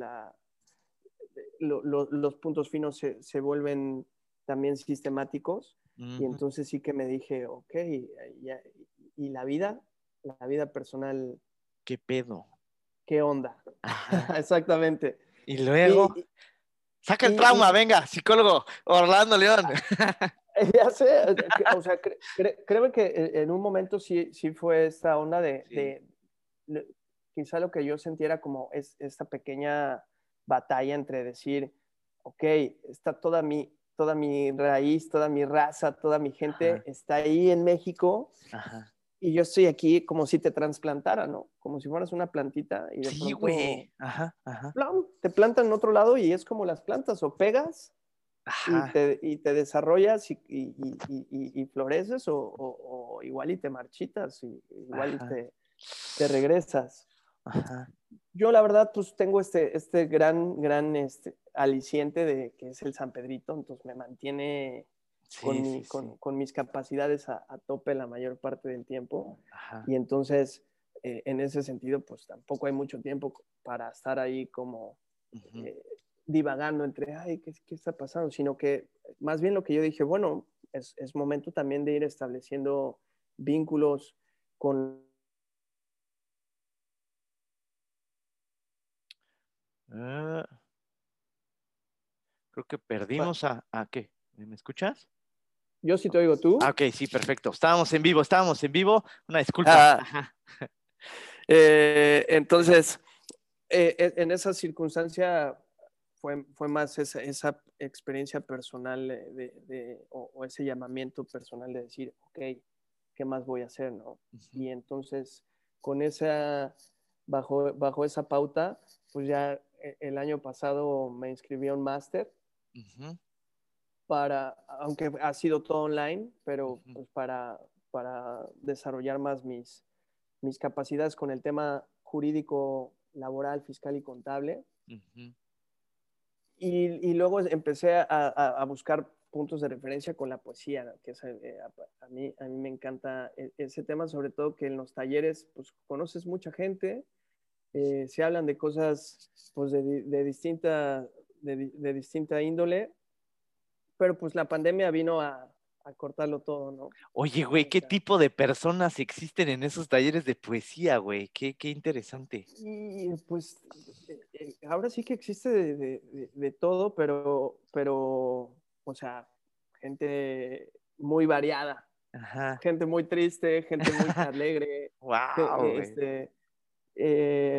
los puntos finos se vuelven también sistemáticos. Y
Ujú.
entonces sí que me dije, ok, ya, y la vida personal,
¿Qué pedo?
¿qué onda?
Ajá.
Exactamente.
Y luego,
Y,
saca el
y,
trauma,
y,
venga, psicólogo, Orlando León.
ya sé, o sea, creo que en un momento sí fue esta onda
Sí.
quizá lo que yo sentía era como esta pequeña batalla entre decir, ok, está toda mi raíz, toda mi raza, toda mi gente
Ajá,
está ahí en México
ajá.
y yo estoy aquí como si te trasplantara, ¿no? Como si fueras una plantita y de
Sí, güey.
pronto
Ajá, ajá,
¡plum! Te plantan en otro lado y es como las plantas, o pegas
ajá,
y te desarrollas y floreces o igual y te marchitas y igual y
ajá,
te regresas.
ajá.
Yo la verdad pues tengo este gran aliciente de que es el San Pedrito, entonces me mantiene
Sí, sí, sí.
con mis capacidades a tope la mayor parte del tiempo
Ajá.
y entonces en ese sentido pues tampoco hay mucho tiempo para estar ahí como
Ujú.
eh, divagando entre, ay, ¿qué está pasando? Sino que más bien lo que yo dije, bueno, es momento también de ir estableciendo vínculos con...
Ah, creo que perdimos a ¿qué? ¿Me escuchas?
Yo sí te oigo
Ah,
tú.
ok, sí, perfecto. Estábamos en vivo. Una disculpa.
Ah,
Ajá.
entonces, en esa circunstancia fue más esa experiencia personal o ese llamamiento personal de decir, ok, ¿qué más voy a hacer? ¿No?
Ujú,
Y entonces, con esa, bajo esa pauta, pues ya el año pasado me inscribí a un máster
ujú,
aunque ha sido todo online, pero
ujú,
pues para desarrollar más mis capacidades con el tema jurídico, laboral, fiscal y contable.
ujú.
Y luego empecé a buscar puntos de referencia con la poesía, ¿no? Que es, a mí me encanta ese tema, sobre todo que en los talleres pues conoces mucha gente, se hablan de cosas pues de distinta índole, pero pues la pandemia vino a cortarlo todo, ¿no?
Oye, güey,
O
¿qué
sea,
tipo de personas existen en esos talleres de poesía, güey? Qué interesante.
y pues ahora sí que existe de todo, o sea, gente muy variada,
Ajá.
gente muy triste, gente muy alegre,
Wow,
que,
güey.
eh,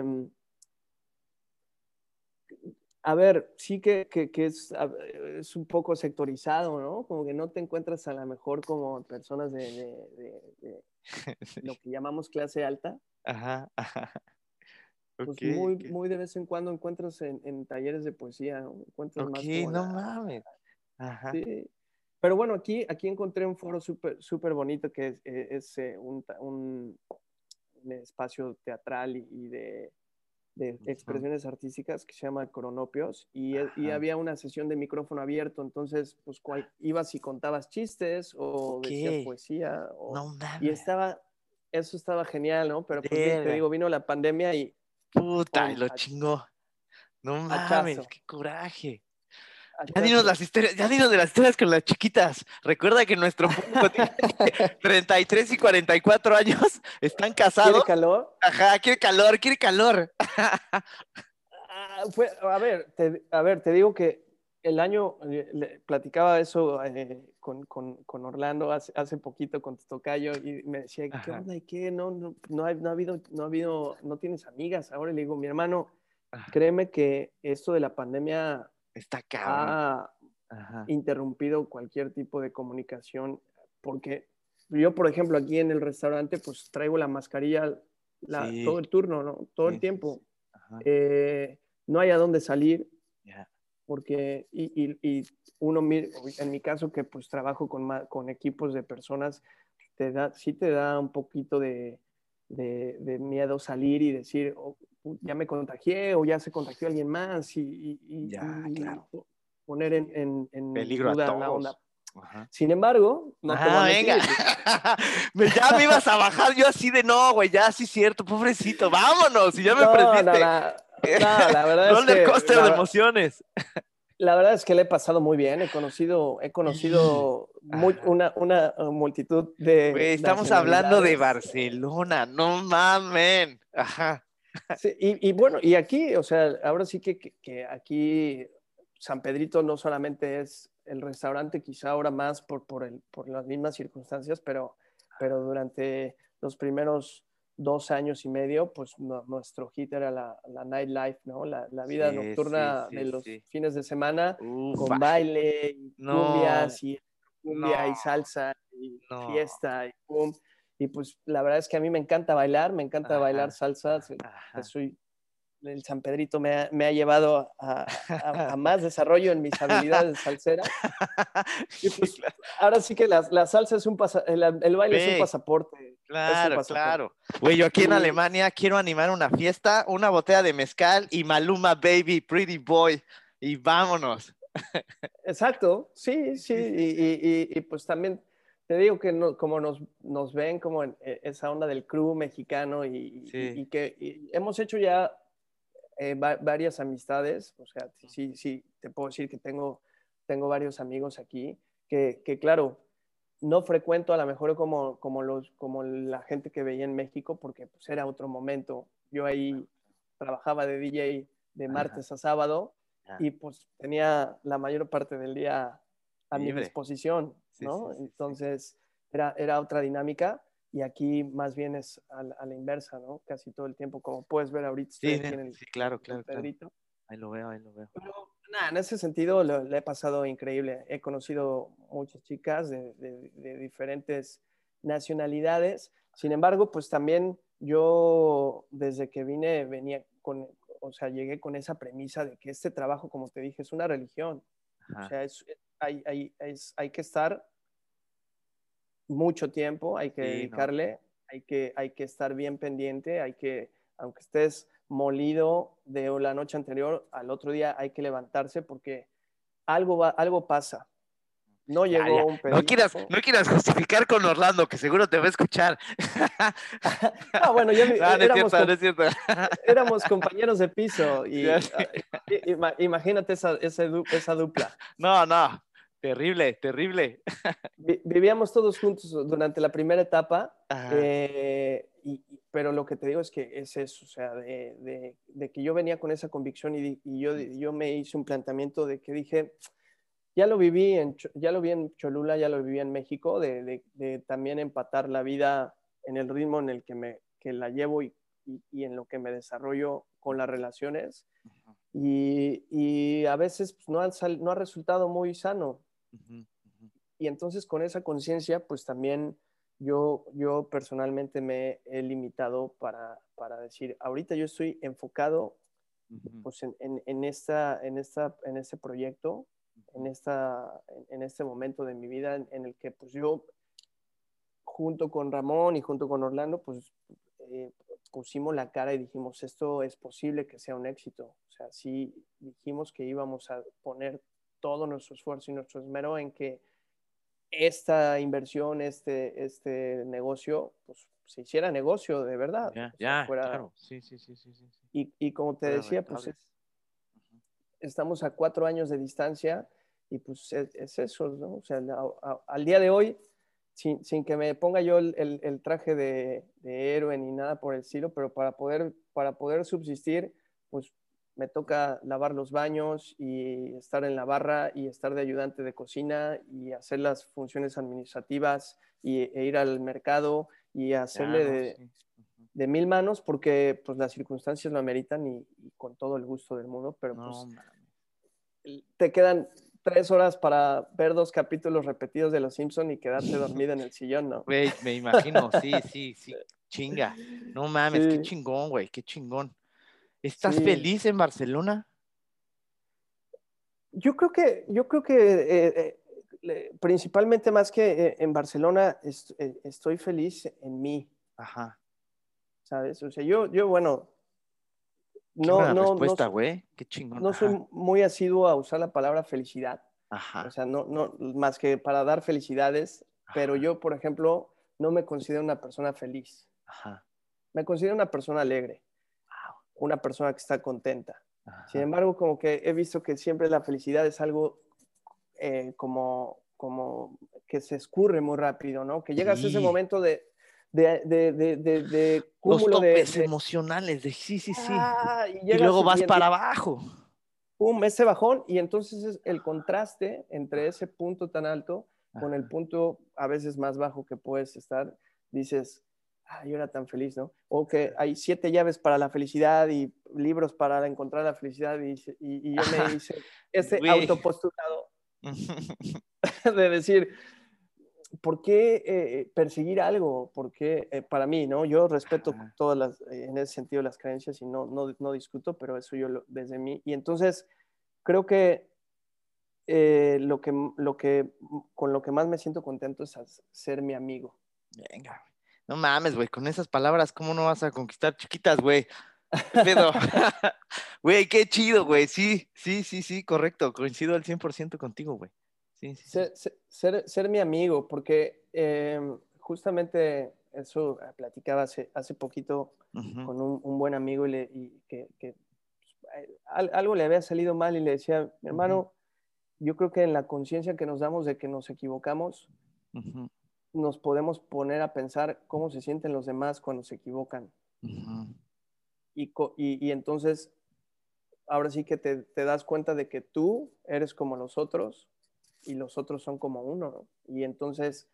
a ver, sí que es un poco sectorizado, ¿no? Como que no te encuentras a lo mejor como personas de lo que llamamos clase alta,
Ajá, ajá. Ok,
pues muy,
ok.
muy de vez en cuando encuentras en talleres de poesía, ¿no? Encuentras
Ok,
más como
no mames. Ajá.
sí. Pero bueno, aquí encontré un foro súper bonito que es un espacio teatral y de
Ujú,
expresiones artísticas que se llama Cronopios y
ajá.
había una sesión de micrófono abierto, entonces pues ibas y contabas chistes o
Ok.
decías poesía
No
y
mames.
eso estaba genial, ¿no? Pero pues te
Verga.
digo, vino la pandemia y
Puta, y
¡pum!
lo chingó. No mames,
Hachazo,
qué coraje. Ya dinos
hachazo.
las historias, ya dinos de las historias con las chiquitas. Recuerda que nuestro público tiene 33 y 44 años, están casados.
¿Quiere calor?
Ajá, quiere calor, quiere calor.
A ver, te digo que el año, platicaba eso con Orlando hace poquito, con tu tocayo, y me decía, ¿qué
Ajá,
onda? ¿Y qué? No tienes amigas. Ahora le digo, mi hermano,
ajá.
créeme que esto de la pandemia
Está cabrón.
ha
Ajá.
interrumpido cualquier tipo de comunicación, porque yo, por ejemplo, aquí en el restaurante, pues traigo la mascarilla todo
Sí,
el turno, ¿no? Todo el
sí, sí,
tiempo.
sí. Ajá.
No hay a dónde salir,
Ya.
porque, y uno, en mi caso, que pues trabajo con equipos de personas, sí te da un poquito de miedo salir y decir, "Oh, ya me contagié o ya se contagió alguien más
Ya, claro.
poner en
Peligro a
duda la onda.
todos. Ajá.
Sin embargo, no te voy a
Ah, venga.
mentir.
Ya me ibas a bajar yo así de no, güey, ya sí es cierto, pobrecito, vámonos, y ya me
No, no,
prendiste.
no, no, la verdad es
Roller
que
coaster de emociones.
la verdad es que le he pasado muy bien. He
Y,
conocido
ajá.
una multitud de
Güey, estamos hablando de
nacionalidades.
Barcelona, no mamen. Ajá.
Sí, y bueno, y aquí, o sea, ahora sí que aquí San Pedrito no solamente es el restaurante, quizá ahora más por las mismas circunstancias, pero durante los primeros 2 años y medio, pues nuestro hit era la nightlife, ¿no? La vida
Sí, sí,
nocturna de
sí,
los
sí.
fines de semana
Ufa.
con baile y
No,
cumbias y cumbia y
no,
salsa y
no.
fiesta y pum. Y pues la verdad es que a mí me encanta bailar
Ajá,
salsa.
ajá.
El San Pedrito me ha llevado a más desarrollo en mis habilidades salseras. Y
Sí,
pues
claro.
ahora sí que la salsa es el baile es un
Güey,
pasaporte. Es un
claro,
pasaporte.
claro. Güey, yo aquí en
Y
Alemania quiero animar una fiesta, una botella de mezcal y Maluma Baby, Pretty Boy. Y vámonos.
exacto, sí, sí.
Sí, sí, sí.
Y pues también te digo que como nos ven como en esa onda del crew mexicano
Sí.
y hemos hecho ya varias amistades. O sea, sí, sí, te puedo decir que tengo varios amigos aquí que claro, no frecuento a lo mejor como la gente que veía en México, porque pues era otro momento. Yo ahí trabajaba de DJ de
Ajá,
martes a sábado
ya.
y pues tenía la mayor parte del día a mi
Libre.
disposición,
Sí, sí,
¿no?
sí, sí.
Entonces era otra dinámica y aquí más bien es a la inversa, ¿no? Casi todo el tiempo, como puedes ver ahorita estoy
Sí,
aquí en el
sí, claro,
San
claro, claro.
Pedrito.
Ahí lo veo, ahí lo veo.
Pero nada, en ese sentido le he pasado increíble. He conocido muchas chicas de diferentes nacionalidades. Sin embargo, pues también yo desde que venía o sea, llegué con esa premisa de que este trabajo, como te dije, es una religión. O
Ajá.
sea, hay que estar mucho tiempo, hay que
Sí, no.
dedicarle, hay que estar bien pendiente, aunque estés molido de la noche anterior, al otro día hay que levantarse porque algo pasa. No
Ya,
llegó
ya.
un
No quieras,
pedido.
no quieras justificar con Orlando, que seguro te va a escuchar.
No, bueno,
No, no es cierto, no es cierto.
éramos compañeros de piso
Ya
y
sé.
imagínate esa dupla.
No, no. Terrible, terrible.
Vivíamos todos juntos durante la primera etapa,
Ajá.
pero lo que te digo es que es eso, o sea, de que yo venía con esa convicción yo me hice un planteamiento de que dije, ya lo vi en Cholula, ya lo viví en México, de también empatar la vida en el ritmo en el que la llevo y en lo que me desarrollo con las relaciones. Y a veces pues, no ha resultado muy sano.
Ujú, ujú,
Y entonces con esa conciencia, pues también yo personalmente me he limitado para decir, ahorita yo estoy enfocado
ujú,
pues en este proyecto,
ujú.
en este momento de mi vida en el que pues yo junto con Ramón y junto con Orlando, pues eh, pusimos la cara y dijimos, esto es posible que sea un éxito. O sea, sí dijimos que íbamos a poner todo nuestro esfuerzo y nuestro esmero en que esta inversión, este negocio, pues se hiciera negocio de verdad,
Ya,
o sea,
ya, claro. Sí, sí, sí, sí, sí, sí.
y como te
Fuera
decía, pues
rentable. Ujú.
estamos a 4 años de distancia y pues es eso, ¿no? O sea, al día de hoy, sin que me ponga yo el traje de héroe ni nada por el estilo, pero para poder subsistir, pues me toca lavar los baños y estar en la barra y estar de ayudante de cocina y hacer las funciones administrativas e ir al mercado y
Ya,
hacerle
no, sí. Ujú.
de mil manos porque pues las circunstancias lo ameritan y con todo el gusto del mundo, pero
No,
pues
mames.
te quedan 3 horas para ver 2 capítulos repetidos de Los Simpson y quedarte dormido en el sillón, ¿no?
Güey, me imagino, sí, sí, sí. Chinga. No mames, qué
Sí,
chingón, güey, qué chingón. ¿Estás
sí.
feliz en Barcelona?
Yo creo que principalmente más que en Barcelona estoy feliz en mí,
Ajá.
¿sabes? O sea, bueno,
Qué
no,
buena
no, no,
respuesta, güey. Qué chingón.
no
Ajá.
soy muy asiduo a usar la palabra felicidad, o
Ajá.
sea, no, más que para dar felicidades, pero
Ajá.
yo, por ejemplo, no me considero una persona feliz,
Ajá.
me considero una persona alegre,
Wow.
una persona que está contenta. Sin
Ajá.
embargo, como que he visto que siempre la felicidad es algo como que se escurre muy rápido, ¿no? Que llegas a ese
Sí.
momento de
Los
cúmulo
topes emocionales de sí, sí, sí.
y
Y
llegas
luego vas para abajo.
pum, ese bajón, y entonces es el contraste entre ese punto tan alto con el
Ajá.
punto a veces más bajo que puedes estar, dices, yo era tan feliz, ¿no? O que hay 7 llaves para la felicidad y libros para encontrar la felicidad y yo me hice ese
Güey.
autopostulado de decir, ¿por qué perseguir algo? ¿Por qué, para mí, ¿no? Yo respeto
Ajá.
todas las, en ese sentido, las creencias y no discuto, pero eso yo desde mí. Y entonces creo que, con lo que más me siento contento es ser mi amigo.
Venga, güey. No mames, güey, con esas palabras, ¿cómo no vas a conquistar chiquitas, güey? ¿Qué pedo? Güey, qué chido, güey. Sí, sí, sí, sí, correcto. Coincido al 100% contigo, güey. Sí, sí, sí.
Ser mi amigo, porque justamente eso platicaba hace poquito
Ujú,
con un buen amigo que algo le había salido mal y le decía, mi
ujú,
hermano, yo creo que en la conciencia que nos damos de que nos equivocamos,
ujú,
nos podemos poner a pensar cómo se sienten los demás cuando se equivocan.
ujú,
Y entonces, ahora sí que te das cuenta de que tú eres como los otros y los otros son como uno, ¿no? Y entonces,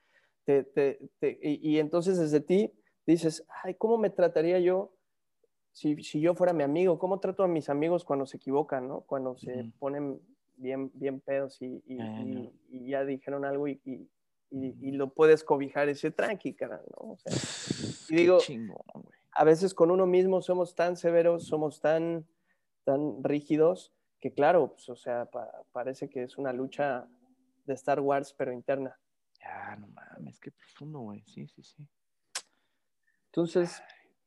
y entonces desde ti dices, ay, ¿cómo me trataría yo si yo fuera mi amigo? ¿Cómo trato a mis amigos cuando se equivocan, ¿no? Cuando se
ujú.
ponen bien pedos
Ya, ya, ya.
y ya dijeron algo y
Ujú.
lo puedes cobijar ese tranqui, cara, ¿no? O sea, y
Qué
digo,
chingón, güey.
a veces con uno mismo somos tan severos, somos tan rígidos, que claro, pues, o sea, parece que es una lucha de Star Wars, pero interna.
Ya, no mames, qué profundo, güey. Sí, sí, sí.
Entonces,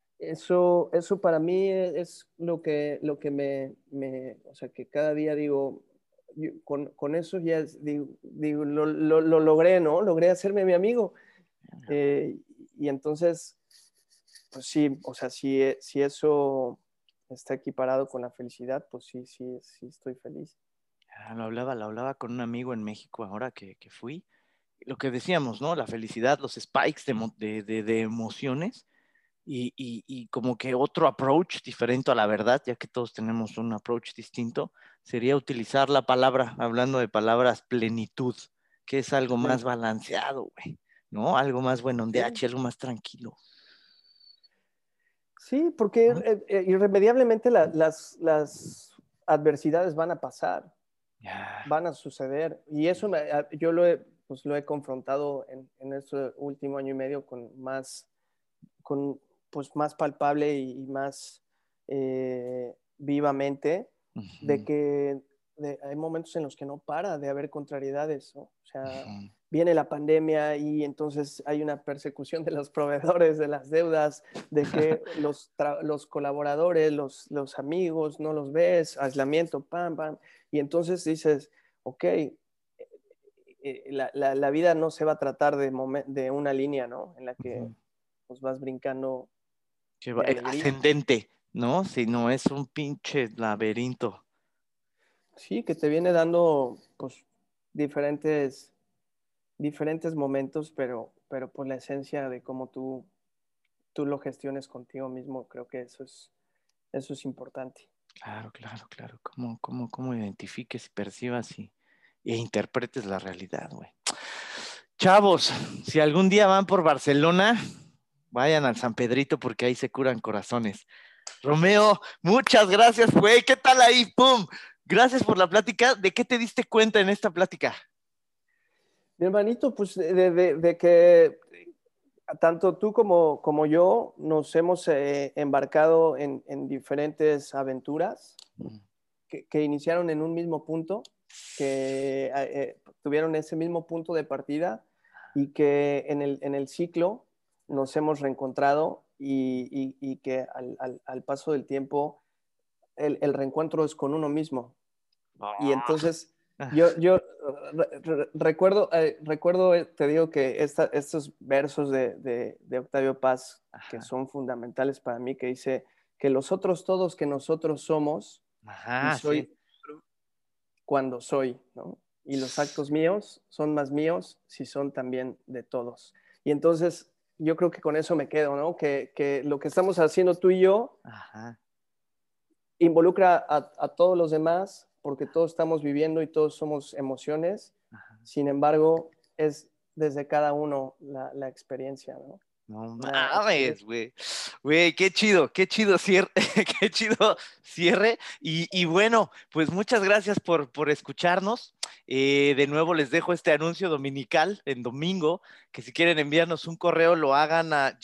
eso para mí es lo que o sea, que cada día digo, con eso ya digo, lo logré, ¿no? Logré hacerme mi amigo.
Venga, güey.
Eh, y entonces, pues sí, o sea, si eso está equiparado con la felicidad, pues sí estoy feliz.
Ya, lo hablaba con un amigo en México ahora que fui. Lo que decíamos, ¿no? La felicidad, los spikes de emociones y como que otro approach diferente a la verdad, ya que todos tenemos un approach distinto, sería utilizar la palabra, hablando de palabras, plenitud, que es algo
Sí,
más balanceado, güey, ¿no? Algo más bueno de
sí,
H, algo más tranquilo,
sí, porque
¿no?
irremediablemente las adversidades van a pasar,
Ya.
van a suceder. Y eso yo pues lo he confrontado en este último año y medio con, pues más palpable y más vivamente, de
Ujú,
que hay momentos en los que no para de haber contrariedades, ¿no? O sea,
ujú,
viene la pandemia y entonces hay una persecución de los proveedores, de las deudas, de que los colaboradores, los amigos, no los ves, aislamiento, pam, pam. Y entonces dices, ok, la vida no se va a tratar de una línea, ¿no? En la que
ujú.
pues vas brincando
Que
de
es
alegría.
ascendente, ¿no? Si no es un pinche laberinto.
Sí, que te viene dando pues diferentes momentos, pero por la esencia de cómo tú lo gestiones contigo mismo, creo que eso es importante.
Claro, claro, claro. ¿Cómo identifiques, percibas e interpretes la realidad, güey? Chavos, si algún día van por Barcelona, vayan al San Pedrito porque ahí se curan corazones. Romeo, muchas gracias, güey. ¿Qué tal ahí? ¡Pum! Gracias por la plática. ¿De qué te diste cuenta en esta plática?
Mi hermanito, pues de que tanto tú como yo nos hemos embarcado en diferentes aventuras que iniciaron en un mismo punto, que tuvieron ese mismo punto de partida y que en el ciclo nos hemos reencontrado y que al paso del tiempo el reencuentro es con uno mismo. Y
Ah,
entonces yo recuerdo, te digo que estos versos de Octavio Paz que
ajá,
son fundamentales para mí, que dice que los otros todos que nosotros somos y
ajá, sí.
soy cuando soy, ¿no? Y los actos míos son más míos si son también de todos. Y entonces yo creo que con eso me quedo, ¿no? Que lo que estamos haciendo tú y yo
Ajá,
involucra a todos los demás porque todos estamos viviendo y todos somos emociones.
ajá.
Sin embargo, es desde cada uno la experiencia, ¿no?
No
No, excelente.
mames, güey. Güey, qué chido cierre, qué chido cierre. Y bueno, pues muchas gracias por escucharnos. De nuevo les dejo este anuncio dominical en domingo, que si quieren enviarnos un correo lo hagan a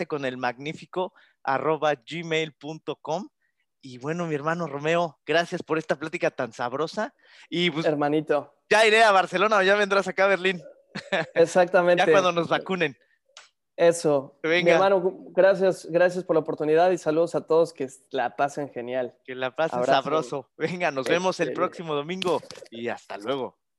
llegasteconelmagnífico@gmail.com. Y bueno, mi hermano Romeo, gracias por esta plática tan sabrosa. Y pues
Hermanito,
ya iré a Barcelona o ya vendrás acá a Berlín, ya cuando
exactamente.
nos vacunen.
Eso. Mi
Venga.
hermano, gracias, gracias por la oportunidad y saludos a todos, que la pasen genial.
Que la pasen
Abrazo.
sabroso. Venga, nos vemos el
Excelente.
próximo domingo y hasta luego.